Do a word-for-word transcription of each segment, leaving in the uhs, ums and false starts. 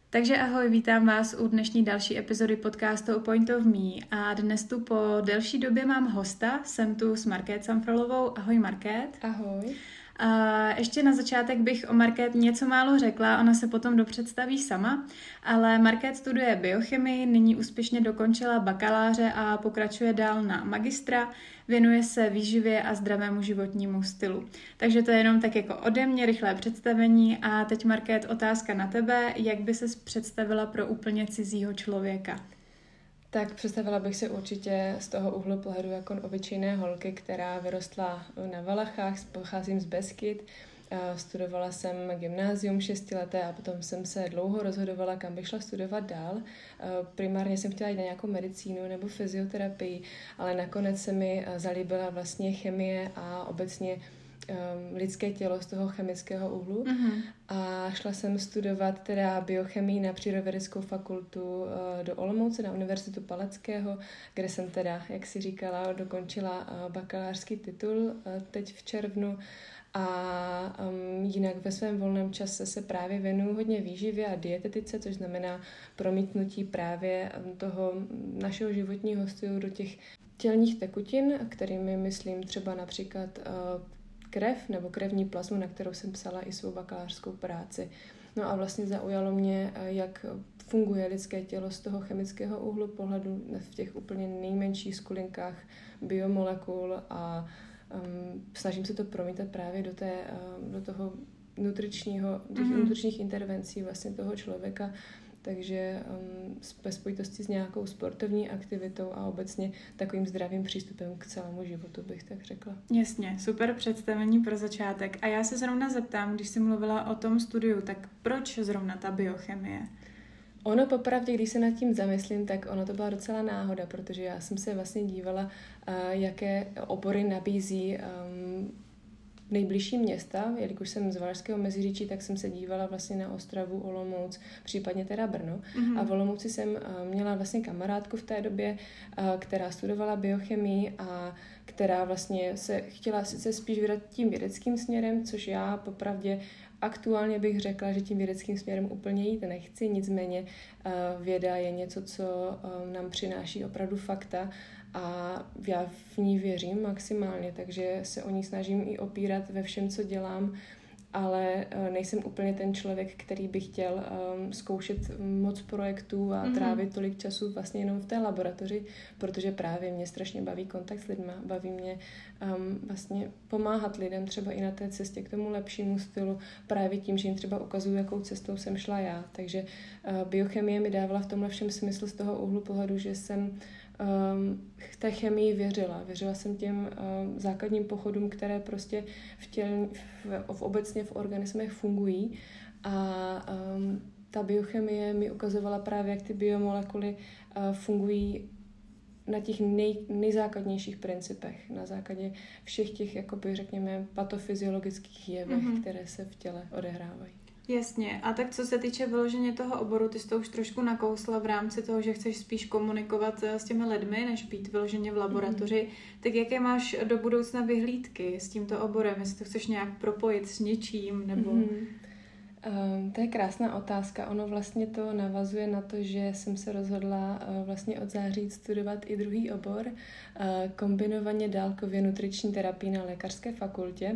Takže ahoj, vítám vás u dnešní další epizody podcastu Point of Me a dnes tu po delší době mám hosta, jsem tu s Markét Samfrolovou. Ahoj Markét. Ahoj. A ještě na začátek bych o Markét něco málo řekla, ona se potom dopředstaví sama, ale Markét studuje biochemii, nyní úspěšně dokončila bakaláře a pokračuje dál na magistra, věnuje se výživě a zdravému životnímu stylu. Takže to je jenom tak jako ode mě rychlé představení a teď Markét otázka na tebe, jak by ses představila pro úplně cizího člověka? Tak představila bych se určitě z toho úhlu pohledu jako obyčejné holky, která vyrostla na Valachách, pocházím z Beskyd, studovala jsem gymnázium šestileté a potom jsem se dlouho rozhodovala, kam bych šla studovat dál. Primárně jsem chtěla jít na nějakou medicínu nebo fyzioterapii, ale nakonec se mi zalíbila vlastně chemie a obecně lidské tělo z toho chemického úhlu. Mm-hmm. A šla jsem studovat teda biochemii na Přírodovědeckou fakultu do Olomouce na Univerzitu Palackého, kde jsem teda, jak si říkala, dokončila bakalářský titul teď v červnu. A um, jinak ve svém volném čase se právě věnuju hodně výživě a dietetice, což znamená promítnutí právě toho našeho životního stylu do těch tělních tekutin, kterými myslím třeba například uh, krev nebo krevní plazmu, na kterou jsem psala i svou bakalářskou práci. No a vlastně zaujalo mě, jak funguje lidské tělo z toho chemického úhlu pohledu v těch úplně nejmenších skulinkách biomolekul a um, snažím se to promítat právě do, té, uh, do toho nutričního, těch mm-hmm. nutričních intervencí vlastně toho člověka. Takže um, ve spojitosti s nějakou sportovní aktivitou a obecně takovým zdravým přístupem k celému životu, bych tak řekla. Jasně, super představení pro začátek. A já se zrovna zeptám, když jsi mluvila o tom studiu, tak proč zrovna ta biochemie? Ono popravdě, když se nad tím zamyslím, tak ono to byla docela náhoda, protože já jsem se vlastně dívala, uh, jaké obory nabízí um, nejbližší města, jelikož jsem z Valašského Meziříčí, tak jsem se dívala vlastně na Ostravu, Olomouc, případně teda Brno. Mm-hmm. A v Olomouci jsem uh, měla vlastně kamarádku v té době, uh, která studovala biochemii a která vlastně se chtěla sice spíš vydat tím vědeckým směrem, což já popravdě aktuálně bych řekla, že tím vědeckým směrem úplně jít nechci, nicméně uh, věda je něco, co uh, nám přináší opravdu fakta a já v ní věřím maximálně, takže se o ní snažím i opírat ve všem, co dělám, ale nejsem úplně ten člověk, který by chtěl um, zkoušet moc projektů a mm-hmm. trávit tolik času vlastně jenom v té laboratoři, protože právě mě strašně baví kontakt s lidma, baví mě um, vlastně pomáhat lidem třeba i na té cestě k tomu lepšímu stylu, právě tím, že jim třeba ukazuju, jakou cestou jsem šla já. Takže uh, biochemie mi dávala v tomhle všem smysl z toho úhlu pohledu, že jsem Um, v té chemii věřila. Věřila jsem těm um, základním pochodům, které prostě v, těl, v, v obecně v organismech fungují a um, ta biochemie mi ukazovala právě, jak ty biomolekuly uh, fungují na těch nej, nejzákladnějších principech, na základě všech těch, jakoby řekněme, patofyziologických jevech, mm-hmm. které se v těle odehrávají. Jasně. A tak co se týče vyloženě toho oboru, ty jsi to už trošku nakousla v rámci toho, že chceš spíš komunikovat s těmi lidmi, než být vyloženě v laboratoři. Mm. Tak jaké máš do budoucna vyhlídky s tímto oborem? Jestli to chceš nějak propojit s něčím? Nebo... Mm. Um, to je krásná otázka. Ono vlastně to navazuje na to, že jsem se rozhodla uh, vlastně od září studovat i druhý obor, uh, kombinovaně dálkově nutriční terapii na lékařské fakultě.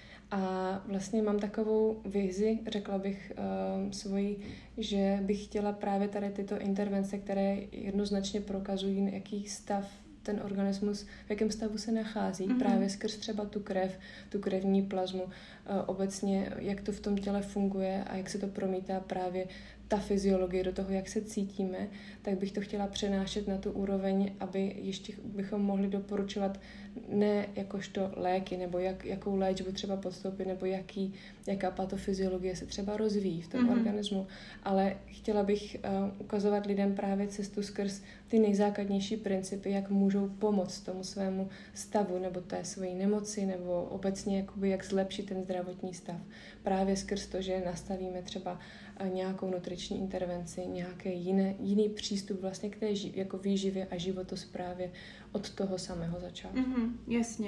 A vlastně mám takovou vizi, řekla bych uh, svoji, že bych chtěla právě tady tyto intervence, které jednoznačně prokazují, jaký stav ten organismus, v jakém stavu se nachází, mm-hmm. právě skrz třeba tu krev, tu krevní plazmu, uh, obecně, jak to v tom těle funguje a jak se to promítá právě ta fyziologie do toho, jak se cítíme, tak bych to chtěla přenášet na tu úroveň, aby ještě bychom mohli doporučovat ne jakožto léky, nebo jak, jakou léčbu třeba podstoupit, nebo jaký, jaká patofyziologie se třeba rozvíjí v tom mm-hmm. organismu, ale chtěla bych uh, ukazovat lidem právě cestu skrz ty nejzákladnější principy, jak můžou pomoct tomu svému stavu, nebo té svojí nemoci, nebo obecně jakoby, jak zlepšit ten zdravotní stav. Právě skrz to, že nastavíme třeba nějakou nutriční intervenci, nějaký jiný, jiný přístup vlastně k té jako výživě a životosprávě od toho samého začátku. Mm-hmm, jasně.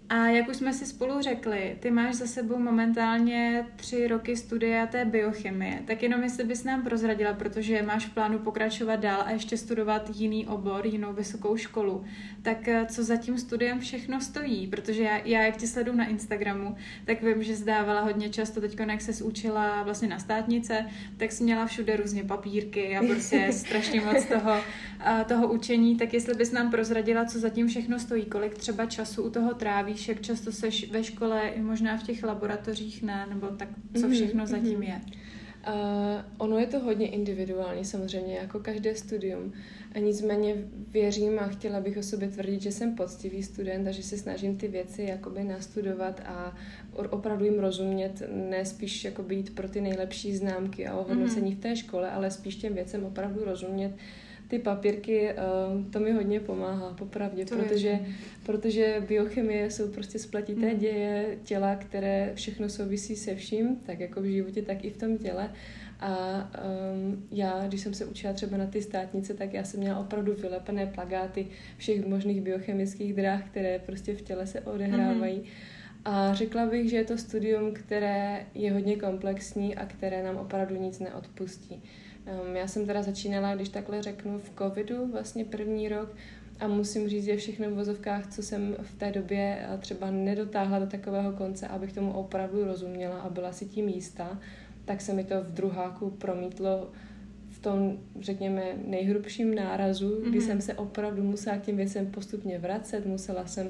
A jak už jsme si spolu řekli, ty máš za sebou momentálně tři roky studia té biochemie. Tak jenom jestli bys nám prozradila, protože máš v plánu pokračovat dál a ještě studovat jiný obor, jinou vysokou školu. Tak co za tím studiem všechno stojí? Protože já, já jak tě sleduju na Instagramu, tak vím, že zdávala hodně často teďko, jak ses učila vlastně na státnice, tak jsi měla všude různě papírky a prostě strašně moc toho, toho učení. Tak jestli bys nám prozradila, co za tím všechno stojí, kolik třeba času u toho tráví, jak často seš ve škole i možná v těch laboratořích, ne, nebo tak, co všechno mm-hmm. zatím je? Uh, ono je to hodně individuální samozřejmě, jako každé studium. A nicméně věřím a chtěla bych o sobě tvrdit, že jsem poctivý student a že se snažím ty věci jakoby nastudovat a opravdu jim rozumět, ne spíš jakoby jít pro ty nejlepší známky a ohodnocení mm-hmm. v té škole, ale spíš těm věcem opravdu rozumět. Ty papírky, to mi hodně pomáhá, popravdě, protože, protože biochemie jsou prostě spletité mm. děje těla, které všechno souvisí se vším, tak jako v životě, tak i v tom těle. A um, já, když jsem se učila třeba na ty státnice, tak já jsem měla opravdu vylepené plakáty všech možných biochemických dráh, které prostě v těle se odehrávají. Mm. A řekla bych, že je to studium, které je hodně komplexní a které nám opravdu nic neodpustí. Um, já jsem teda začínala, když takhle řeknu, v covidu, vlastně první rok, a musím říct, že všechno v vozovkách, co jsem v té době třeba nedotáhla do takového konce, abych tomu opravdu rozuměla a byla si tím jistá, tak se mi to v druháku promítlo v tom, řekněme, nejhrubším nárazu, mm-hmm. kdy jsem se opravdu musela k těm věcem postupně vracet, musela jsem uh,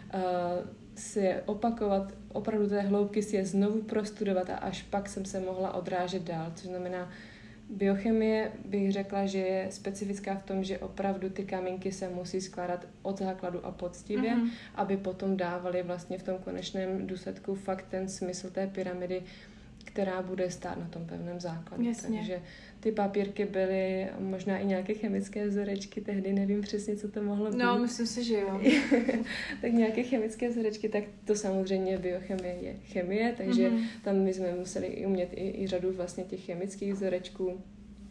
si opakovat, opravdu té hloubky si je znovu prostudovat a až pak jsem se mohla odrážet dál, což znamená, biochemie bych řekla, že je specifická v tom, že opravdu ty kamínky se musí skládat od základu a poctivě, mm-hmm. aby potom dávali vlastně v tom konečném důsledku fakt ten smysl té pyramidy, která bude stát na tom pevném základu. Jasně. Takže ty papírky byly možná i nějaké chemické vzorečky, tehdy nevím přesně, co to mohlo být. No, myslím si, že jo. Tak nějaké chemické vzorečky, tak to samozřejmě biochemie je chemie, takže mm-hmm. tam my jsme museli i umět i, i řadu vlastně těch chemických vzorečků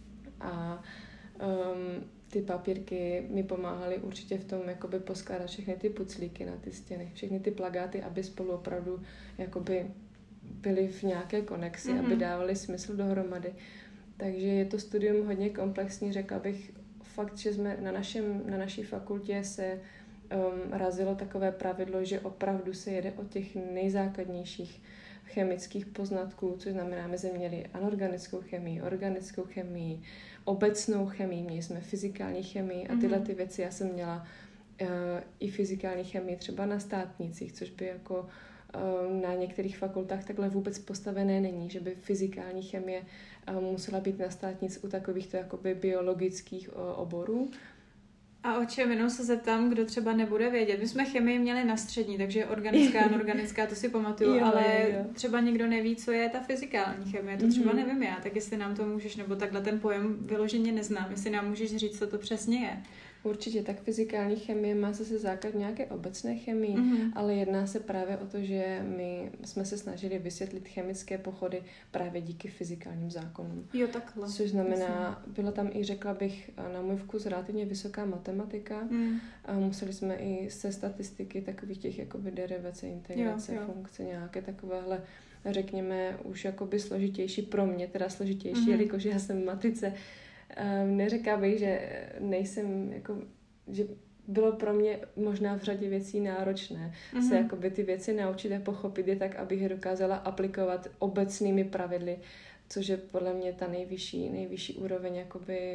a um, ty papírky mi pomáhaly určitě v tom jakoby poskládat všechny ty puclíky na ty stěny, všechny ty plakáty, aby spolu opravdu jakoby byly v nějaké konexi, mm-hmm. aby dávaly smysl dohromady. Takže je to studium hodně komplexní, řekla bych fakt, že jsme na, našem, na naší fakultě se um, razilo takové pravidlo, že opravdu se jede o těch nejzákladnějších chemických poznatků, což znamená, my jsme měli anorganickou chemii, organickou chemii, obecnou chemii, měli jsme fyzikální chemii a tyhle ty věci já jsem měla uh, i fyzikální chemii třeba na státnicích, což by jako na některých fakultách takhle vůbec postavené není, že by fyzikální chemie musela být na státnic u takovýchto jakoby biologických oborů. A o čem jenom se zeptám, kdo třeba nebude vědět. My jsme chemii měli na střední, takže organická, anorganická, to si pamatuju, jo, ale jo. třeba někdo neví, co je ta fyzikální chemie, to třeba nevím já, tak jestli nám to můžeš, nebo takhle ten pojem vyloženě neznám, jestli nám můžeš říct, co to přesně je. Určitě, tak fyzikální chemie má zase základ nějaké obecné chemii, mm-hmm. ale jedná se právě o to, že my jsme se snažili vysvětlit chemické pochody právě díky fyzikálním zákonům. Jo, takhle. Což znamená, byla tam i, řekla bych, na můj vkus relativně vysoká matematika. Mm. A museli jsme i se statistiky takových těch jakoby derivace, integrace, jo, jo. funkce, nějaké takovéhle, řekněme, už jakoby složitější pro mě, teda složitější, mm-hmm. jelikož já jsem v matice. Um, neřekla bych, že nejsem, jako, že bylo pro mě možná v řadě věcí náročné mm-hmm. se jakoby ty věci naučit a pochopit je tak, abych je dokázala aplikovat obecnými pravidly, což je podle mě ta nejvyšší, nejvyšší úroveň jakoby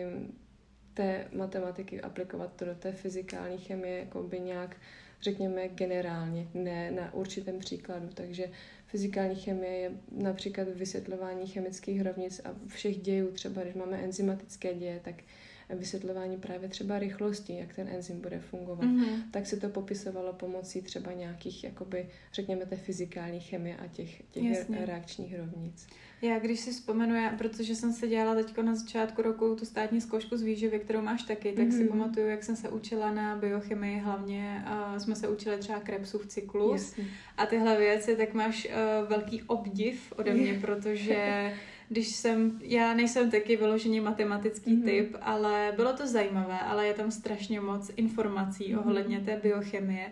té matematiky, aplikovat to do té fyzikální chemie jakoby nějak, řekněme, generálně, ne na určitém příkladu. Takže fyzikální chemie je například vysvětlování chemických rovnic a všech dějů, třeba když máme enzymatické děje, tak vysvětlování právě třeba rychlosti, jak ten enzym bude fungovat, mm-hmm. tak se to popisovalo pomocí třeba nějakých, jakoby, řekněme, té fyzikální chemie a těch, těch reakčních rovnic. Já když si vzpomenu, já, protože jsem se dělala teďko na začátku roku tu státní zkoušku z výživy, kterou máš taky, tak mm-hmm. si pamatuju, jak jsem se učila na biochemii, hlavně uh, jsme se učili třeba Krebsův cyklus Jasně. a tyhle věci, tak máš uh, velký obdiv ode mě, protože když jsem, já nejsem taky vyloženě matematický mm-hmm. typ, ale bylo to zajímavé, ale je tam strašně moc informací mm-hmm. ohledně té biochemie,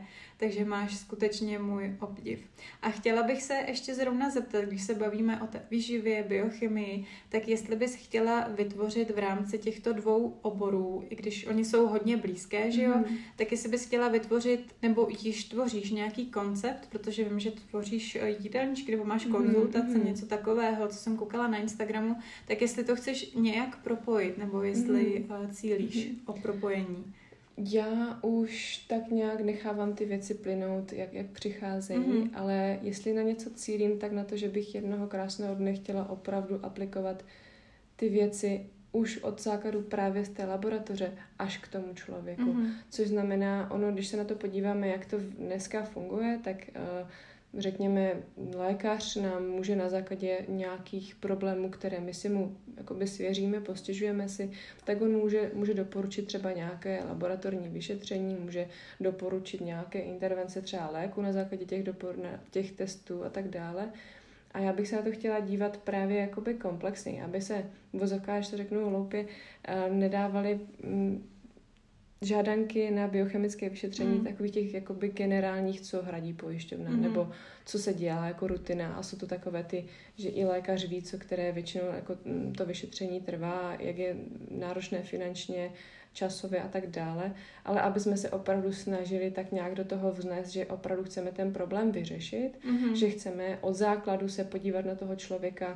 takže máš skutečně můj obdiv. A chtěla bych se ještě zrovna zeptat, když se bavíme o té výživě, biochemii, tak jestli bys chtěla vytvořit v rámci těchto dvou oborů, i když oni jsou hodně blízké, že jo, mm. tak jestli bys chtěla vytvořit, nebo již tvoříš nějaký koncept, protože vím, že tvoříš jídelníčky, nebo máš konzultace, mm. něco takového, co jsem koukala na Instagramu, tak jestli to chceš nějak propojit, nebo jestli mm. cílíš mm. o propojení. Já už tak nějak nechávám ty věci plynout, jak, jak přicházejí, mm-hmm. ale jestli na něco cílím, tak na to, že bych jednoho krásného dne chtěla opravdu aplikovat ty věci už od základu právě z té laboratoře až k tomu člověku. Mm-hmm. Což znamená, ono, když se na to podíváme, jak to dneska funguje, tak uh, řekněme, lékař nám může na základě nějakých problémů, které my si mu jakoby svěříme, postěžujeme si, tak on může, může doporučit třeba nějaké laboratorní vyšetření, může doporučit nějaké intervence třeba léku na základě těch, dopor, těch testů a tak dále. A já bych se na to chtěla dívat právě jakoby komplexně, aby se v vozovkách, to řeknu hloupě, nedávaly žádanky na biochemické vyšetření mm. takových těch jakoby generálních, co hradí pojišťovna, mm. nebo co se dělá jako rutina a jsou to takové ty, že i lékař ví, co které většinou jako to vyšetření trvá, jak je náročné finančně, časově a tak dále, ale aby jsme se opravdu snažili tak nějak do toho vznést, že opravdu chceme ten problém vyřešit, mm. že chceme od základu se podívat na toho člověka,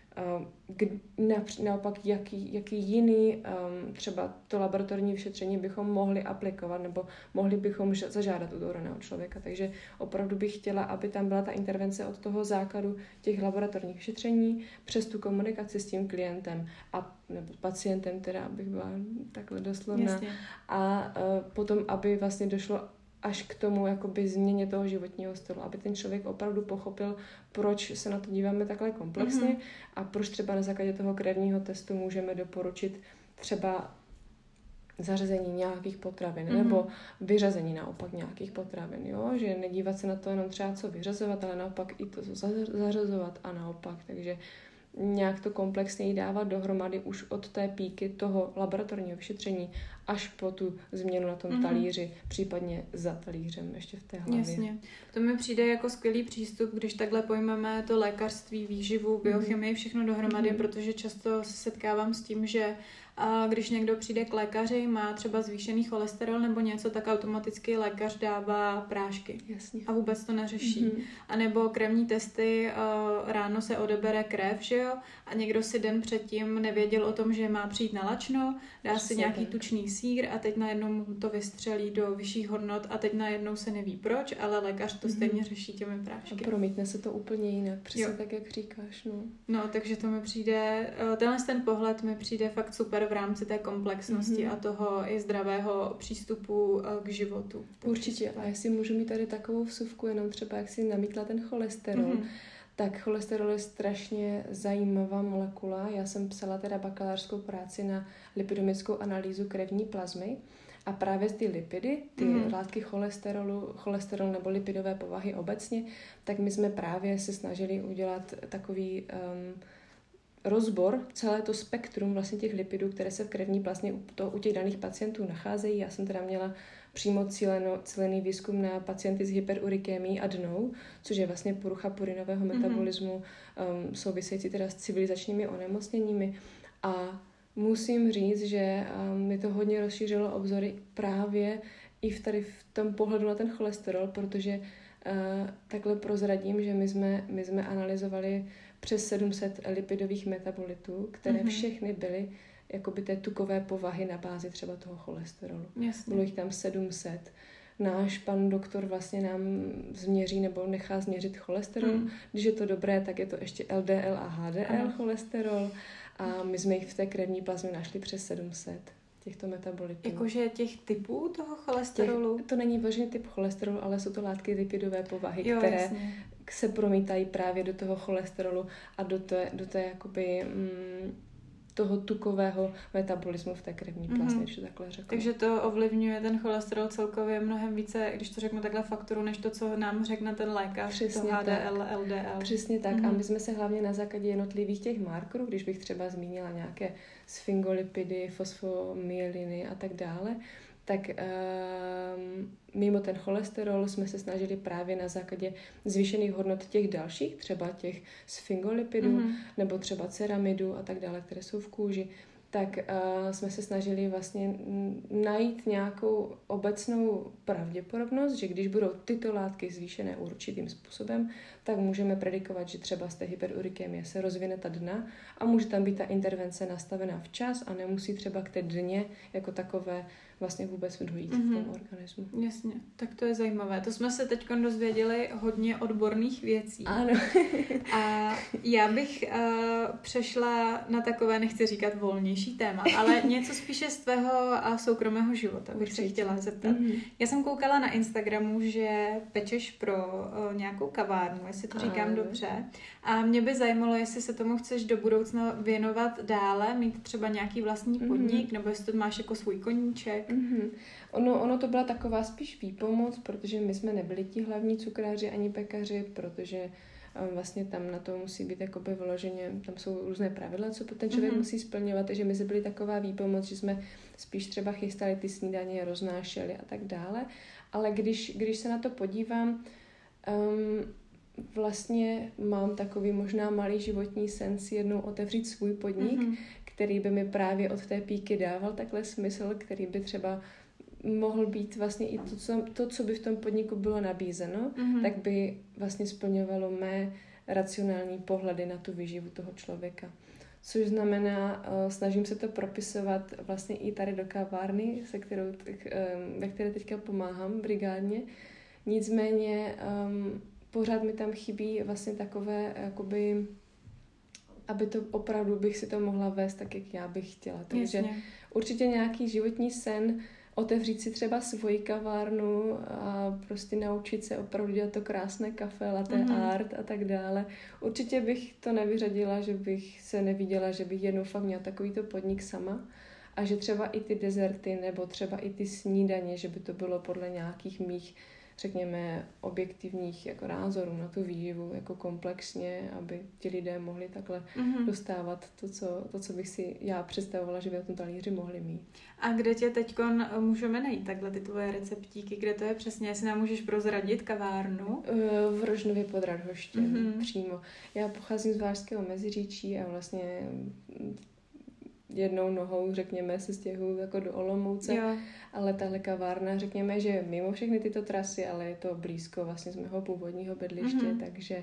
naopak jaký, jaký jiný um, třeba to laboratorní vyšetření bychom mohli aplikovat nebo mohli bychom zažádat u toho daného člověka. Takže opravdu bych chtěla, aby tam byla ta intervence od toho základu těch laboratorních vyšetření přes tu komunikaci s tím klientem a nebo pacientem, teda abych byla takhle doslovná. Jasně. A uh, potom, aby vlastně došlo až k tomu jakoby změně toho životního stylu, aby ten člověk opravdu pochopil, proč se na to díváme takhle komplexně mm-hmm. a proč třeba na základě toho krevního testu můžeme doporučit třeba zařazení nějakých potravin mm-hmm. nebo vyřazení naopak nějakých potravin, jo? Že nedívat se na to jenom třeba co vyřazovat, ale naopak i to zařazovat a naopak, takže nějak to komplexněji dávat dohromady už od té píky toho laboratorního vyšetření až po tu změnu na tom mm-hmm. talíři, případně za talířem ještě v té hlavě. Jasně. To mi přijde jako skvělý přístup, když takhle pojmeme to lékařství, výživu, biochemii, všechno dohromady, mm-hmm. protože často se setkávám s tím, že a když někdo přijde k lékaři, má třeba zvýšený cholesterol nebo něco, tak automaticky lékař dává prášky. Jasně. A vůbec to neřeší. Mm-hmm. A nebo krevní testy, ráno se odebere krev, že jo? A někdo si den předtím nevěděl o tom, že má přijít na lačno, dá Přesně si nějaký tak. tučný sýr a teď najednou mu to vystřelí do vyšších hodnot a teď najednou se neví proč, ale lékař to mm-hmm. stejně řeší těmi prášky. A promítne se to úplně jinak, přesně jo. tak, jak říkáš. No. no, takže to mi přijde, tenhle ten pohled mi přijde fakt super v rámci té komplexnosti mm-hmm. a toho i zdravého přístupu k životu. Určitě. A jestli můžu mít tady takovou vsuvku, jenom třeba jak si namítla ten cholesterol, mm-hmm. tak cholesterol je strašně zajímavá molekula. Já jsem psala teda bakalářskou práci na lipidomickou analýzu krevní plazmy a právě ty lipidy, ty mm. látky cholesterolu, cholesterol nebo lipidové povahy obecně, tak my jsme právě se snažili udělat takový um, rozbor, celé to spektrum vlastně těch lipidů, které se v krevní plazmě u, to, u těch daných pacientů nacházejí. Já jsem teda měla přímo cíleno, cílený výzkum na pacienty s hyperurikémií a dnou, což je vlastně porucha purinového metabolismu, mm-hmm. um, související teda s civilizačními onemocněními. A musím říct, že um, mi to hodně rozšířilo obzory právě i v tady v tom pohledu na ten cholesterol, protože uh, takhle prozradím, že my jsme, my jsme analyzovali přes sedm set lipidových metabolitů, které mm-hmm. všechny byly jakoby té tukové povahy na bázi třeba toho cholesterolu. Jasně. Bylo jich tam sedm set. Náš pan doktor vlastně nám změří nebo nechá změřit cholesterol. Mm. Když je to dobré, tak je to ještě L D L a H D L mm. cholesterol. A my jsme jich v té krevní plazmě našli přes sedm set těchto metabolitů. Jakože těch typů toho cholesterolu? Těch, to není vážný typ cholesterolu, ale jsou to látky lipidové povahy, jo, které jasně. se promítají právě do toho cholesterolu a do té, do té jakoby... Mm, toho tukového metabolismu v té krevní plazmě, mm-hmm. že takhle řeknu. Takže to ovlivňuje ten cholesterol celkově mnohem více, když to řeknu takhle faktoru, než to, co nám řekne ten lékař, Přesně to H D L, tak. L D L. Přesně tak. Mm-hmm. A my jsme se hlavně na základě jednotlivých těch markerů, když bych třeba zmínila nějaké sfingolipidy, fosfomyeliny a tak dále, tak um, mimo ten cholesterol jsme se snažili právě na základě zvýšených hodnot těch dalších, třeba těch sfingolipidů mm-hmm. nebo třeba ceramidu a tak dále, které jsou v kůži, tak uh, jsme se snažili vlastně najít nějakou obecnou pravděpodobnost, že když budou tyto látky zvýšené určitým způsobem, tak můžeme predikovat, že třeba z té hyperurikemie se rozvine ta dna a může tam být ta intervence nastavená včas a nemusí třeba k té dně jako takové vlastně vůbec dojít mm-hmm. v tom organismu. Jasně, tak to je zajímavé. To jsme se teď dozvěděli hodně odborných věcí. Ano. A já bych uh, přešla na takové, nechci říkat volnější téma, ale něco spíše z tvého uh, soukromého života bych se chtěla zeptat. Mm-hmm. Já jsem koukala na Instagramu, že pečeš pro uh, nějakou kavárnu, jestli to říkám ano. dobře. A mě by zajímalo, jestli se tomu chceš do budoucna věnovat dále, mít třeba nějaký vlastní podnik, mm-hmm. nebo jestli to máš jako svůj koníček. Mm-hmm. Ono, ono to byla taková spíš výpomoc, protože my jsme nebyli ti hlavní cukráři ani pekaři, protože um, vlastně tam na to musí být jakoby vyloženě, tam jsou různé pravidla, co ten člověk mm-hmm. musí splňovat, takže my jsme byli taková výpomoc, že jsme spíš třeba chystali ty snídaně, roznášeli a tak dále, ale když, když se na to podívám, um, vlastně mám takový možná malý životní sen si jednou otevřít svůj podnik, mm-hmm. který by mi právě od té píky dával takhle smysl, který by třeba mohl být vlastně i to, co, to, co by v tom podniku bylo nabízeno, mm-hmm. tak by vlastně splňovalo mé racionální pohledy na tu výživu toho člověka. Což znamená, uh, snažím se to propisovat vlastně i tady do kavárny, se kterou, um, ve které teďka pomáhám brigádně. Nicméně um, pořád mi tam chybí vlastně takové, jakoby, aby to opravdu bych si to mohla vést tak, jak já bych chtěla. Takže Jasně. určitě nějaký životní sen, otevřít si třeba svoji kavárnu a prostě naučit se opravdu dělat to krásné kafe, latte mm-hmm. art a tak dále. Určitě bych to nevyřadila, že bych se neviděla, že bych jednou fakt měla takovýto podnik sama a že třeba i ty dezerty nebo třeba i ty snídaně, že by to bylo podle nějakých mých řekněme, objektivních jako názorů na tu výživu jako komplexně, aby ti lidé mohli takhle mm-hmm. dostávat to co, to, co bych si já představovala, že by na tom talíři mohli mít. A kde tě teďkon můžeme najít takhle ty tvoje receptíky? Kde to je přesně? Jestli nám můžeš prozradit kavárnu? V Rožnově pod Radhoštěm mm-hmm. přímo. Já pocházím z Vážského Meziříčí a vlastně jednou nohou, řekněme, se stěhuju jako do Olomouce, jo. ale tahle kavárna, řekněme, že mimo všechny tyto trasy, ale je to blízko vlastně z mého původního bydliště, mm-hmm. takže,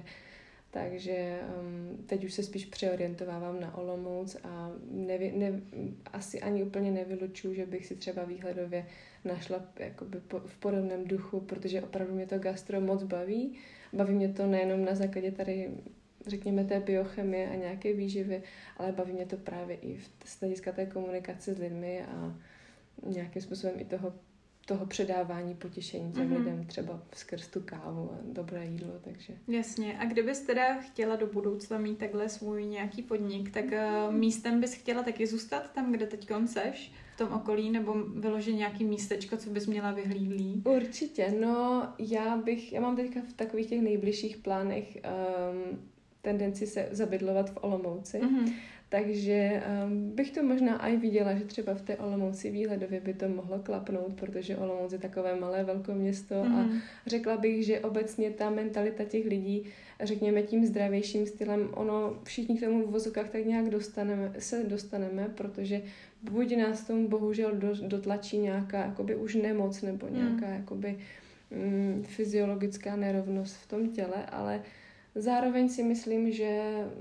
takže um, teď už se spíš přeorientovávám na Olomouc a nevi, ne, asi ani úplně nevylučuju, že bych si třeba výhledově našla jakoby po, v podobném duchu, protože opravdu mě to gastro moc baví. Baví mě to nejenom na základě tady řekněme té biochemie a nějaké výživy, ale baví mě to právě i z hlediska té komunikace s lidmi a nějakým způsobem i toho, toho předávání potěšení těm mm-hmm. lidem, třeba skrz tu kávu a dobré jídlo, takže. Jasně. A kdybys teda chtěla do budoucna mít takhle svůj nějaký podnik, tak uh, místem bys chtěla taky zůstat tam, kde teď seš, v tom okolí, nebo vyložit nějaký místečko, co bys měla vyhlídlý? Určitě. No, já bych, já mám teďka v takových těch nejbližších plánech um, tendenci se zabydlovat v Olomouci. Mm-hmm. Takže um, bych to možná i viděla, že třeba v té Olomouci výhledově by to mohlo klapnout, protože Olomouc je takové malé velkoměsto mm-hmm. a řekla bych, že obecně ta mentalita těch lidí, řekněme tím zdravějším stylem, ono všichni k tomu v vozokách tak nějak dostaneme, se dostaneme, protože buď nás tomu bohužel do, dotlačí nějaká jakoby už nemoc nebo nějaká mm. jakoby mm, fyziologická nerovnost v tom těle, ale zároveň si myslím, že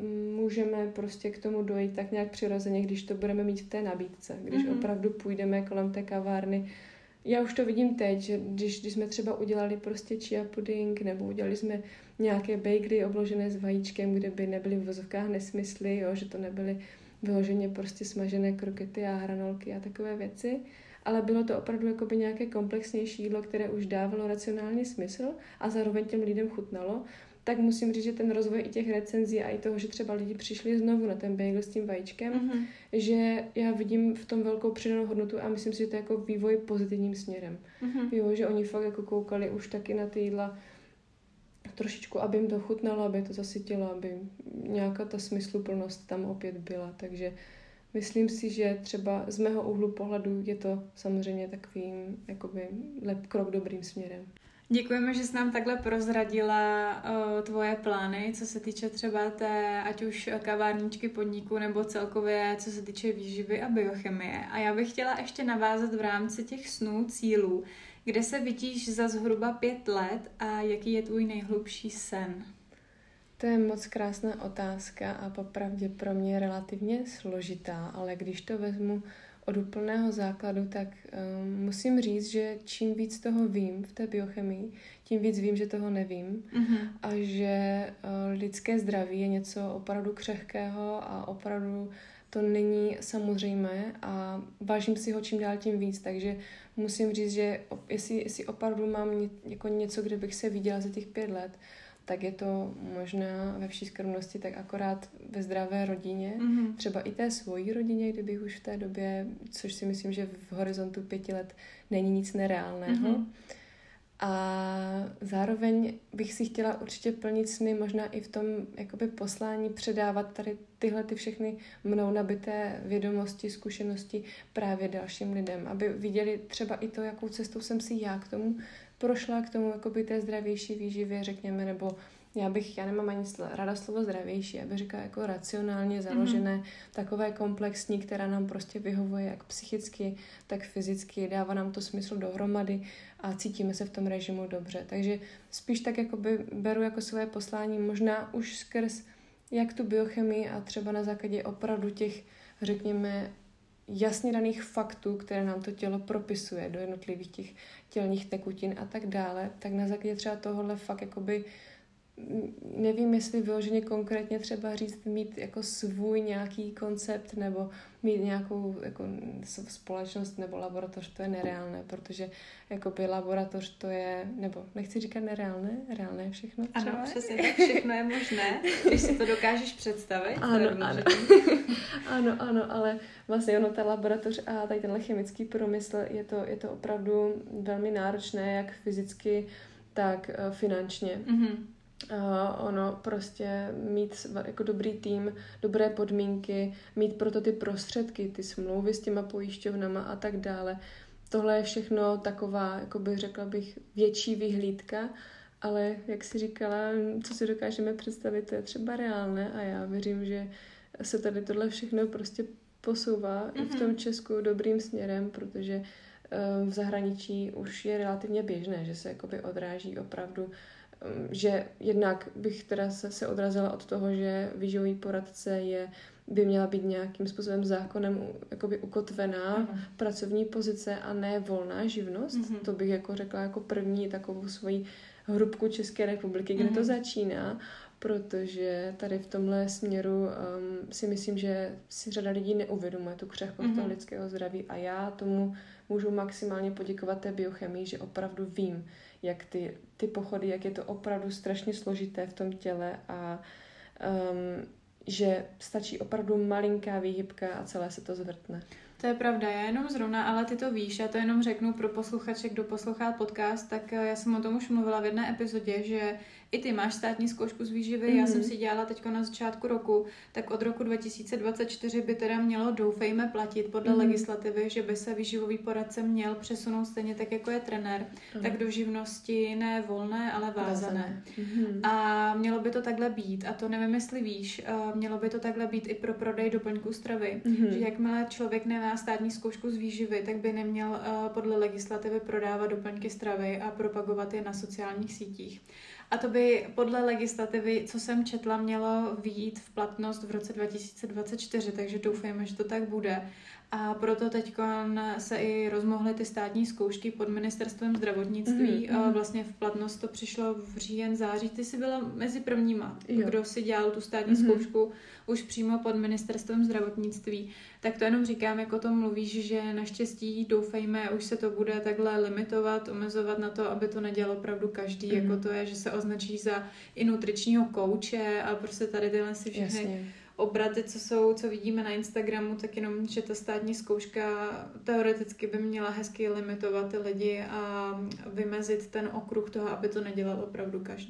můžeme prostě k tomu dojít tak nějak přirozeně, když to budeme mít v té nabídce, když mm-hmm. opravdu půjdeme kolem té kavárny. Já už to vidím teď, že když, když jsme třeba udělali prostě chia pudding nebo udělali jsme nějaké bagely obložené s vajíčkem, kde by nebyly v vozovkách nesmysly, jo, že to nebyly vyloženě prostě smažené krokety a hranolky a takové věci, ale bylo to opravdu jakoby nějaké komplexnější jídlo, které už dávalo racionální smysl a zároveň těm lidem chutnalo, tak musím říct, že ten rozvoj i těch recenzí a i toho, že třeba lidi přišli znovu na ten bagel s tím vajíčkem, mm-hmm. že já vidím v tom velkou přidanou hodnotu a myslím si, že to je jako vývoj pozitivním směrem. Mm-hmm. Jo, že oni fakt jako koukali už taky na ty jídla trošičku, aby jim to chutnalo, aby to zasytilo, aby nějaká ta smysluplnost tam opět byla, takže myslím si, že třeba z mého úhlu pohledu je to samozřejmě takovým jakoby lep krok dobrým směrem. Děkujeme, že jsi nám takhle prozradila uh, tvoje plány, co se týče třeba té, ať už kavárničky podniku, nebo celkově, co se týče výživy a biochemie. A já bych chtěla ještě navázat v rámci těch snů, cílů, kde se vidíš za zhruba pět let a jaký je tvůj nejhlubší sen? To je moc krásná otázka a popravdě pro mě relativně složitá, ale když to vezmu od úplného základu, tak um, musím říct, že čím víc toho vím v té biochemii, tím víc vím, že toho nevím mm-hmm. a že uh, lidské zdraví je něco opravdu křehkého a opravdu to není samozřejmé a vážím si ho čím dál tím víc, takže musím říct, že jestli, jestli opravdu mám ně, jako něco, kde bych se viděla za těch pět let, tak je to možná ve vší skromnosti tak akorát ve zdravé rodině, mm-hmm. třeba i té svojí rodině, kdybych už v té době, což si myslím, že v horizontu pěti let není nic nereálného. Mm-hmm. A zároveň bych si chtěla určitě plnit sny, možná i v tom jakoby poslání předávat tady tyhle ty všechny mnou nabité vědomosti, zkušenosti právě dalším lidem, aby viděli třeba i to, jakou cestou jsem si já k tomu prošla, k tomu jakoby té zdravější výživě, řekněme, nebo já bych, já nemám ani sl- ráda slovo zdravější, já bych říkala jako racionálně založené, mm-hmm. takové komplexní, která nám prostě vyhovuje jak psychicky, tak fyzicky, dává nám to smysl dohromady a cítíme se v tom režimu dobře. Takže spíš tak jakoby beru jako své poslání, možná už skrz jak tu biochemii a třeba na základě opravdu těch, řekněme, jasně daných faktů, které nám to tělo propisuje do jednotlivých těch tělních tekutin a tak dále, tak na základě třeba tohohle fakt jakoby nevím, jestli vyloženě konkrétně třeba říct, mít jako svůj nějaký koncept nebo mít nějakou jako společnost nebo laboratoř, to je nereálné, protože jakoby laboratoř to je, nebo nechci říkat nereálné, reálné všechno třeba. Ano, přesně tak, všechno je možné, když si to dokážeš představit. Ano, ano. ano, ano, ale vlastně ono, ta laboratoř a tady tenhle chemický průmysl, je to, je to opravdu velmi náročné, jak fyzicky, tak uh, finančně. Mm-hmm. Uh, ono prostě mít jako dobrý tým, dobré podmínky, mít proto ty prostředky, ty smlouvy s těma pojišťovnama a tak dále. Tohle je všechno taková, jako bych řekla bych, větší vyhlídka, ale jak si říkala, co si dokážeme představit, to je třeba reálné a já věřím, že se tady tohle všechno prostě posouvá mm-hmm. i v tom Česku dobrým směrem, protože uh, v zahraničí už je relativně běžné, že se jakoby odráží opravdu, že jednak bych teda se, se odrazila od toho, že výživový poradce je, by měla být nějakým způsobem zákonem jakoby ukotvená uh-huh. pracovní pozice a ne volná živnost. Uh-huh. To bych jako řekla jako první takovou svoji hrubku České republiky, kde uh-huh. to začíná, protože tady v tomhle směru um, si myslím, že si řada lidí neuvědomuje tu křehkost uh-huh. toho lidského zdraví a já tomu můžu maximálně poděkovat té biochemii, že opravdu vím, jak ty, ty pochody, jak je to opravdu strašně složité v tom těle a um, že stačí opravdu malinká výhybka a celé se to zvrtne. To je pravda, já jenom zrovna, ale ty to víš, já to jenom řeknu pro posluchače, kdo poslouchá podcast, tak já jsem o tom už mluvila v jedné epizodě, že i ty máš státní zkoušku z výživy, mm-hmm. já jsem si dělala teďko na začátku roku, tak od roku dva tisíce dvacet čtyři by teda mělo, doufejme, platit podle mm-hmm. legislativy, že by se výživový poradce měl přesunout stejně tak, jako je trenér, mm-hmm. tak do živnosti ne volné, ale vázané. Mm-hmm. A mělo by to takhle být, a to nevím, jestli víš, mělo by to takhle být i pro prodej doplňků stravy, mm-hmm. že jakmile člověk nemá státní zkoušku z výživy, tak by neměl uh, podle legislativy prodávat doplňky stravy a propagovat je na sociálních sítích. A to by podle legislativy, co jsem četla, mělo vyjít v platnost v roce dva tisíce dvacet čtyři, takže doufejme, že to tak bude. A proto teď se i rozmohly ty státní zkoušky pod ministerstvem zdravotnictví. Mm-hmm. Vlastně v platnost to přišlo v říjen, září. Ty jsi byla mezi prvníma, jo. kdo si dělal tu státní mm-hmm. zkoušku už přímo pod ministerstvem zdravotnictví. Tak to jenom říkám, jako to mluvíš, že naštěstí doufejme, už se to bude takhle limitovat, omezovat na to, aby to nedělal opravdu každý, mm-hmm. jako to je, že se označí za i nutričního kouče a prostě tady tyhle si všechny Jasně. obraty, co jsou, co vidíme na Instagramu, tak jenom, že ta státní zkouška teoreticky by měla hezky limitovat ty lidi a vymezit ten okruh toho, aby to nedělal opravdu každý.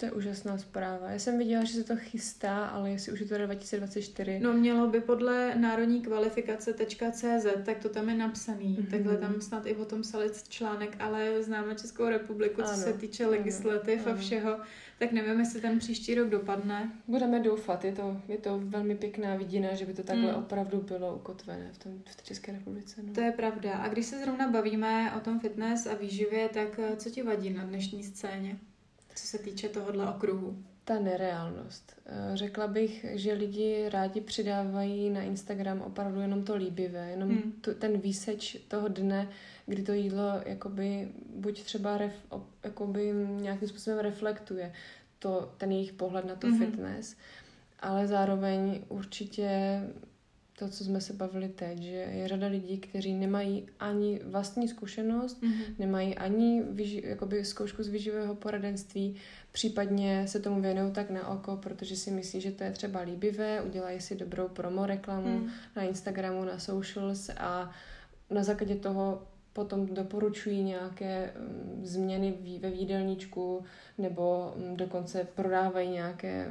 To je úžasná zpráva. Já jsem viděla, že se to chystá, ale jestli už je to dva tisíce dvacet čtyři. No mělo by podle národní kvalifikace tečka cé zet, tak to tam je napsaný. Mm-hmm. Takhle tam snad i o tom psali článek, ale známe Českou republiku, co ano, se týče legislativ ano, a všeho, tak nevím, jestli ten příští rok dopadne. Budeme doufat, je to, je to velmi pěkná vidina, že by to takhle mm. opravdu bylo ukotvené v, tom, v České republice. No. To je pravda. A když se zrovna bavíme o tom fitness a výživě, tak co ti vadí na dnešní scéně? Co se týče tohohle okruhu? Ta nereálnost. Řekla bych, že lidi rádi přidávají na Instagram opravdu jenom to líbivé, jenom hmm. tu, ten výseč toho dne, kdy to jídlo jakoby buď třeba ref, jakoby nějakým způsobem reflektuje to, ten jejich pohled na to hmm. fitness, ale zároveň určitě to, co jsme se bavili teď, že je řada lidí, kteří nemají ani vlastní zkušenost, mm-hmm. nemají ani vyži- jakoby zkoušku z výživového poradenství, případně se tomu věnují tak na oko, protože si myslí, že to je třeba líbivé, udělají si dobrou promo reklamu mm. na Instagramu, na socials a na základě toho potom doporučují nějaké um, změny ve jídelníčku nebo um, dokonce prodávají nějaké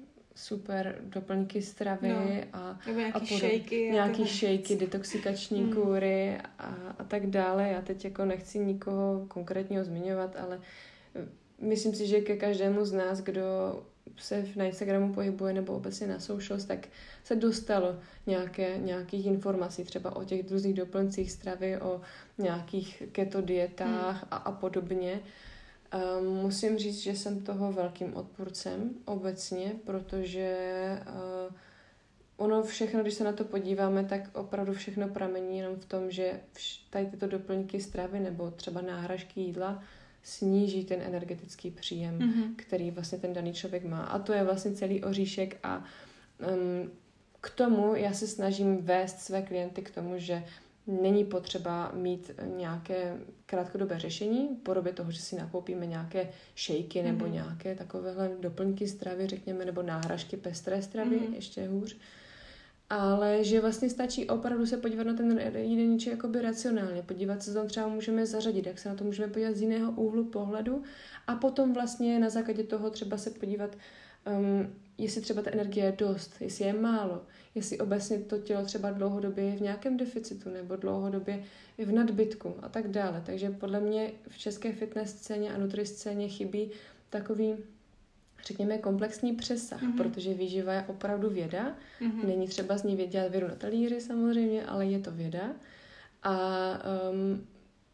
super doplňky stravy no, a, nějaký a podob, šejky, nějaký šejky, detoxikační hmm. kůry a, a tak dále. Já teď jako nechci nikoho konkrétního zmiňovat, ale myslím si, že ke každému z nás, kdo se na Instagramu pohybuje nebo obecně na socials, tak se dostalo nějaké, nějakých informací třeba o těch různých doplňcích stravy, o nějakých keto dietách hmm. a, a podobně. Um, musím říct, že jsem toho velkým odpůrcem obecně, protože uh, ono všechno, když se na to podíváme, tak opravdu všechno pramení jenom v tom, že vš- tady tyto doplňky stravy nebo třeba náhražky jídla sníží ten energetický příjem, mm-hmm. který vlastně ten daný člověk má. A to je vlastně celý oříšek a um, k tomu já se snažím vést své klienty k tomu, že není potřeba mít nějaké krátkodobé řešení v podobě toho, že si nakoupíme nějaké šejky nebo mm-hmm. nějaké takovéhle doplňky stravy, řekněme, nebo náhražky pestré stravy, mm-hmm. ještě hůř. Ale že vlastně stačí opravdu se podívat na ten jídelníček jakoby racionálně, podívat se, co tam třeba můžeme zařadit, jak se na to můžeme podívat z jiného úhlu pohledu a potom vlastně na základě toho třeba se podívat, um, jestli třeba ta energie je dost, jestli je málo, jestli obecně to tělo třeba dlouhodobě je v nějakém deficitu nebo dlouhodobě je v nadbytku a tak dále. Takže podle mě v české fitness scéně a nutri scéně chybí takový, řekněme, komplexní přesah, mm-hmm. protože výživa je opravdu věda. Mm-hmm. Není třeba z ní dělat vědu na talíři samozřejmě, ale je to věda. A um,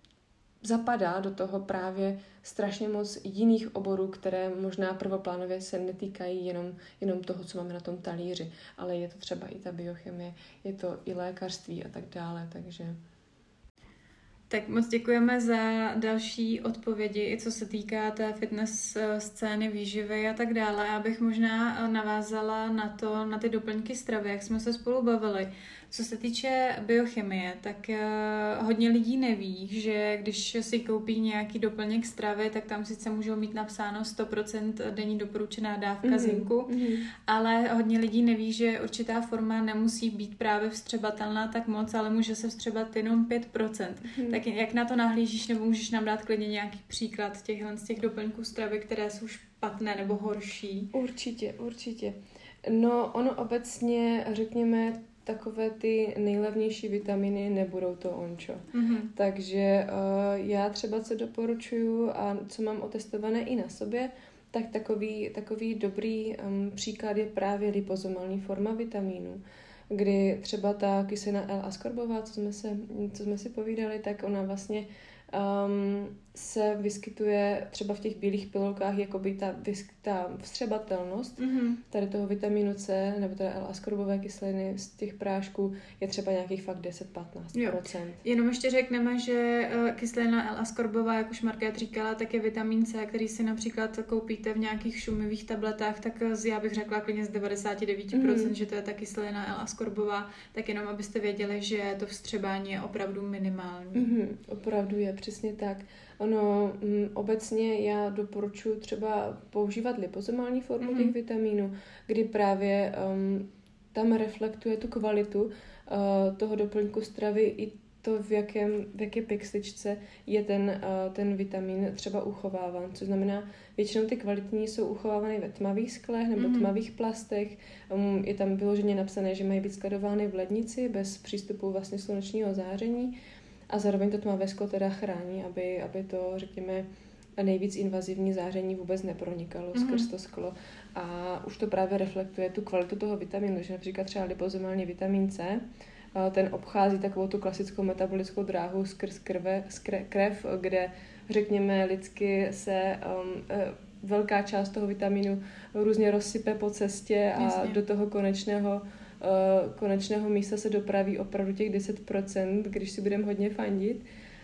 zapadá do toho právě strašně moc jiných oborů, které možná prvoplánově se netýkají jenom, jenom toho, co máme na tom talíři, ale je to třeba i ta biochemie, je to i lékařství a tak dále, takže... Tak moc děkujeme za další odpovědi, i co se týká té fitness scény, výživy a tak dále. Já bych možná navázala na to, na ty doplňky stravy, jak jsme se spolu bavili. Co se týče biochemie, tak hodně lidí neví, že když si koupí nějaký doplněk stravy, tak tam sice můžou mít napsáno sto procent denní doporučená dávka mm-hmm. zinku, mm-hmm. ale hodně lidí neví, že určitá forma nemusí být právě vstřebatelná tak moc, ale může se vstřebat jenom pět procent. Mm-hmm. Tak jak na to nahlížíš, nebo můžeš nám dát klidně nějaký příklad těchhle z těch doplňků stravy, které jsou špatné nebo horší? Určitě, určitě. No, ono obecně, řekněme, takové ty nejlevnější vitaminy nebudou to ončo. Mm-hmm. Takže uh, já třeba co doporučuju a co mám otestované i na sobě, tak takový, takový dobrý um, příklad je právě lipozomální forma vitamínů, kdy třeba ta kyselina L-askorbová, co jsme, se, co jsme si povídali, tak ona vlastně um, se vyskytuje třeba v těch bílých pilulkách jakoby ta, ta vstřebatelnost mm-hmm. tady toho vitamínu C nebo teda L-askorbové kyseliny z těch prášků je třeba nějakých fakt deset až patnáct procent. Jenom ještě řekneme, že kyselina L-askorbová, jak už Markéta říkala, tak je vitamin C, který si například koupíte v nějakých šumivých tabletách, tak já bych řekla klidně z devadesát devět procent, mm-hmm. že to je ta kyselina L-askorbová, tak jenom abyste věděli, že to vstřebání je opravdu minimální. Mm-hmm. Opravdu je, přesně tak. Ono m, obecně já doporučuji třeba používat lipozomální formu mm-hmm. těch vitamínů, kdy právě um, tam reflektuje tu kvalitu uh, toho doplňku stravy i to, v, jakém, v jaké pixličce je ten, uh, ten vitamin třeba uchováván. Co znamená, většinou ty kvalitní jsou uchovávány ve tmavých sklech nebo mm-hmm. tmavých plastech. Um, je tam vyloženě napsané, že mají být skladovány v lednici bez přístupu vlastně slunečního záření a zároveň to tmavé sklo teda chrání, aby, aby to, řekněme, nejvíc invazivní záření vůbec nepronikalo mm-hmm. skrz to sklo. A už to právě reflektuje tu kvalitu toho vitaminu, že například třeba lipozomální vitamin C, ten obchází takovou tu klasickou metabolickou dráhu skrz krve, skre, krev, kde, řekněme, lidsky se um, velká část toho vitaminu různě rozsype po cestě a Jasně. do toho konečného, uh, konečného místa se dopraví opravdu těch deset procent, když si budeme hodně fandit.